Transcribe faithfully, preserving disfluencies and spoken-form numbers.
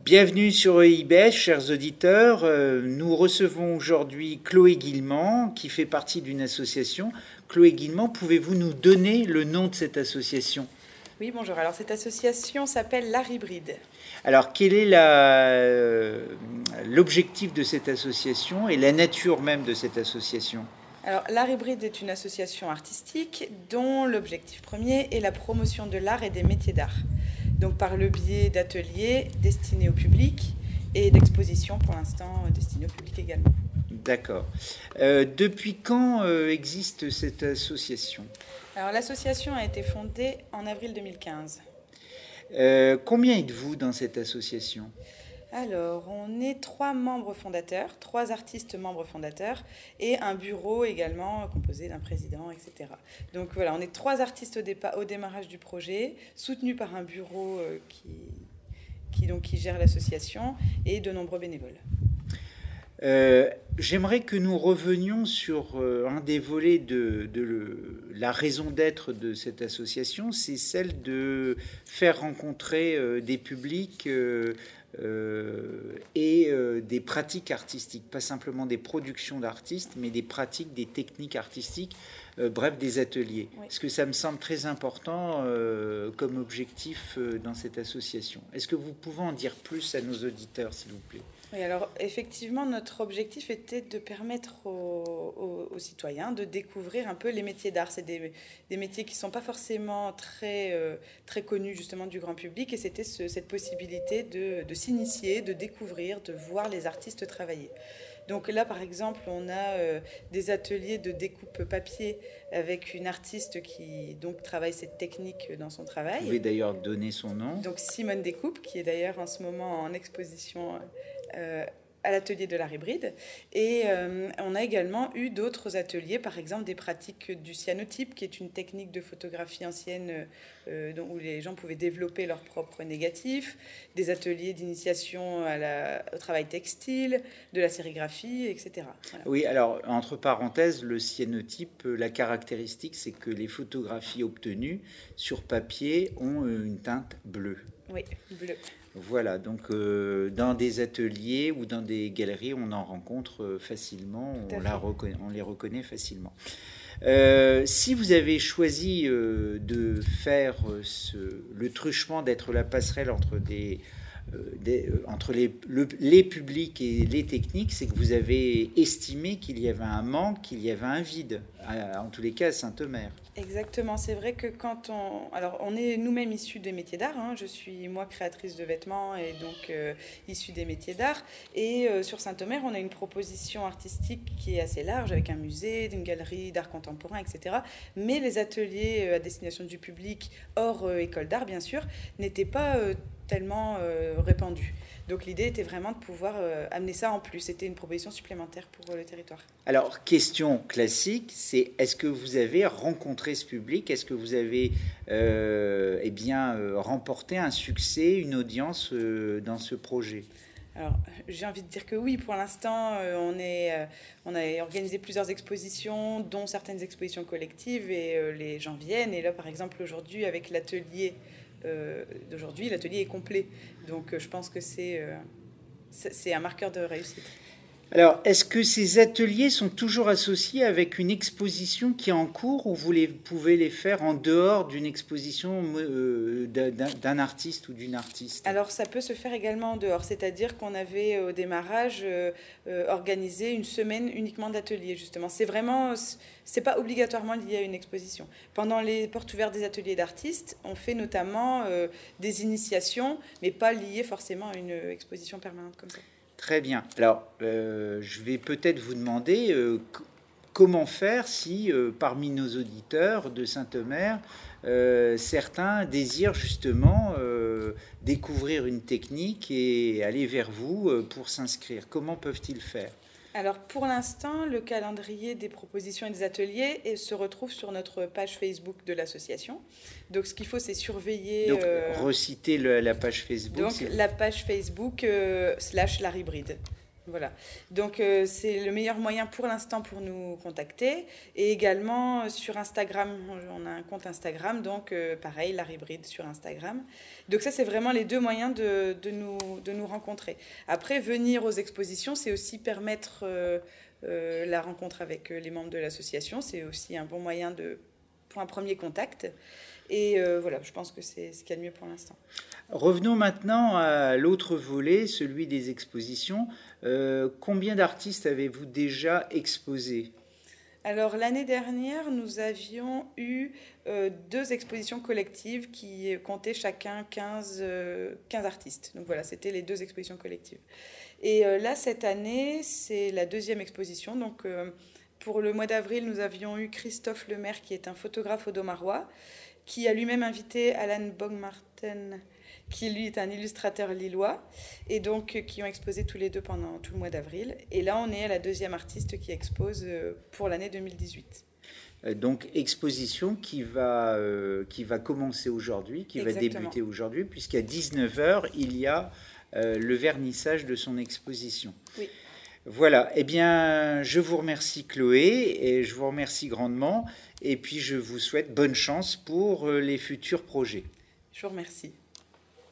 Bienvenue sur E I B S, chers auditeurs. Nous recevons aujourd'hui Chloé Guillemant, qui fait partie d'une association. Chloé Guillemant, pouvez-vous nous donner le nom de cette association ? Oui, bonjour. Alors, cette association s'appelle l'Art Hybride. Alors, quel est la, euh, l'objectif de cette association et la nature même de cette association ? Alors, l'Art Hybride est une association artistique dont l'objectif premier est la promotion de l'art et des métiers d'art. Donc par le biais d'ateliers destinés au public et d'expositions pour l'instant destinées au public également. D'accord. Euh, depuis quand euh, existe cette association ? Alors l'association a été fondée en avril deux mille quinze. Euh, combien êtes-vous dans cette association ? Alors, on est trois membres fondateurs, trois artistes membres fondateurs et un bureau également composé d'un président, et cetera. Donc voilà, on est trois artistes au, dépa- au démarrage du projet, soutenus par un bureau euh, qui, qui, donc, qui gère l'association et de nombreux bénévoles. Euh, j'aimerais que nous revenions sur euh, un des volets de, de le, la raison d'être de cette association, c'est celle de faire rencontrer euh, des publics euh, euh, et euh, des pratiques artistiques, pas simplement des productions d'artistes, mais des pratiques, des techniques artistiques, euh, bref, des ateliers. Oui. Parce que ça me semble très important euh, comme objectif euh, dans cette association. Est-ce que vous pouvez en dire plus à nos auditeurs, s'il vous plaît ? Oui, alors effectivement, notre objectif était de permettre aux, aux, aux citoyens de découvrir un peu les métiers d'art. C'est des, des métiers qui ne sont pas forcément très, euh, très connus justement du grand public et c'était ce, cette possibilité de, de s'initier, de découvrir, de voir les artistes travailler. Donc là, par exemple, on a euh, des ateliers de découpe papier avec une artiste qui donc travaille cette technique dans son travail. Vous pouvez d'ailleurs donner son nom. Donc Simone Découpe, qui est d'ailleurs en ce moment en exposition euh, à l'atelier de l'Art Hybride. Et euh, on a également eu d'autres ateliers, par exemple des pratiques du cyanotype, qui est une technique de photographie ancienne euh, où les gens pouvaient développer leurs propres négatifs, des ateliers d'initiation à la, au travail textile, de la sérigraphie, et cetera. Voilà. Oui, alors, entre parenthèses, le cyanotype, la caractéristique, c'est que les photographies obtenues sur papier ont une teinte bleue. Oui, bleue. Voilà, donc euh, dans des ateliers ou dans des galeries, on en rencontre facilement, on, la reconnaît, on les reconnaît facilement. Euh, si vous avez choisi euh, de faire ce, le truchement, d'être la passerelle entre, des, euh, des, euh, entre les, le, les publics et les techniques, c'est que vous avez estimé qu'il y avait un manque, qu'il y avait un vide, à, en tous les cas à Saint-Omer. Exactement, c'est vrai que quand on... Alors, on est nous-mêmes issus des métiers d'art, hein. Je suis, moi, créatrice de vêtements et donc euh, issue des métiers d'art. Et euh, sur Saint-Omer, on a une proposition artistique qui est assez large, avec un musée, une galerie d'art contemporain, et cetera. Mais les ateliers à destination du public, hors euh, école d'art, bien sûr, n'étaient pas euh, tellement euh, répandus. Donc l'idée était vraiment de pouvoir euh, amener ça en plus. C'était une proposition supplémentaire pour euh, le territoire. Alors, question classique, c'est est-ce que vous avez rencontré ce public ? Est-ce que vous avez euh, eh bien, euh, remporté un succès, une audience euh, dans ce projet ? Alors, j'ai envie de dire que oui, pour l'instant, euh, on, est, euh, on a organisé plusieurs expositions, dont certaines expositions collectives, et euh, les gens viennent. Et là, par exemple, aujourd'hui, avec l'atelier euh, d'aujourd'hui, l'atelier est complet. Donc, euh, je pense que c'est, euh, c'est, c'est un marqueur de réussite. Alors, est-ce que ces ateliers sont toujours associés avec une exposition qui est en cours ou vous les, pouvez les faire en dehors d'une exposition euh, d'un, d'un artiste ou d'une artiste ? Alors, ça peut se faire également en dehors. C'est-à-dire qu'on avait au démarrage euh, euh, organisé une semaine uniquement d'ateliers, justement. C'est vraiment... C'est pas obligatoirement lié à une exposition. Pendant les portes ouvertes des ateliers d'artistes, on fait notamment euh, des initiations, mais pas liées forcément à une exposition permanente comme ça. Très bien. Alors, euh, je vais peut-être vous demander euh, c- comment faire si, euh, parmi nos auditeurs de Saint-Omer, euh, certains désirent justement euh, découvrir une technique et aller vers vous euh, pour s'inscrire. Comment peuvent-ils faire ? Alors, pour l'instant, le calendrier des propositions et des ateliers se retrouve sur notre page Facebook de l'association. Donc, ce qu'il faut, c'est surveiller... Donc, euh, reciter le, la page Facebook. Donc, la page Facebook euh, slash l'Art Hybride. Voilà. Donc, euh, c'est le meilleur moyen pour l'instant pour nous contacter. Et également euh, sur Instagram, on a un compte Instagram, donc euh, pareil, l'art hybride sur Instagram. Donc ça, c'est vraiment les deux moyens de, de, nous, de nous rencontrer. Après, venir aux expositions, c'est aussi permettre euh, euh, la rencontre avec les membres de l'association. C'est aussi un bon moyen de, pour un premier contact. Et euh, voilà, je pense que c'est ce qu'il y a de mieux pour l'instant. Revenons maintenant à l'autre volet, celui des expositions. Euh, combien d'artistes avez-vous déjà exposés ? Alors l'année dernière, nous avions eu euh, deux expositions collectives qui comptaient chacun quinze, euh, quinze artistes. Donc voilà, c'était les deux expositions collectives. Et euh, là, cette année, c'est la deuxième exposition. Donc euh, pour le mois d'avril, nous avions eu Christophe Lemaire, qui est un photographe audomarois, qui a lui-même invité Alan Bogmarten, qui lui est un illustrateur lillois, et donc qui ont exposé tous les deux pendant tout le mois d'avril. Et là, on est à la deuxième artiste qui expose pour l'année deux mille dix-huit. Donc, exposition qui va, euh, qui va commencer aujourd'hui, qui Exactement. va débuter aujourd'hui, puisqu'à dix-neuf heures, il y a euh, le vernissage de son exposition. Oui. Voilà, eh bien, je vous remercie Chloé, et je vous remercie grandement, et puis je vous souhaite bonne chance pour les futurs projets. Je vous remercie.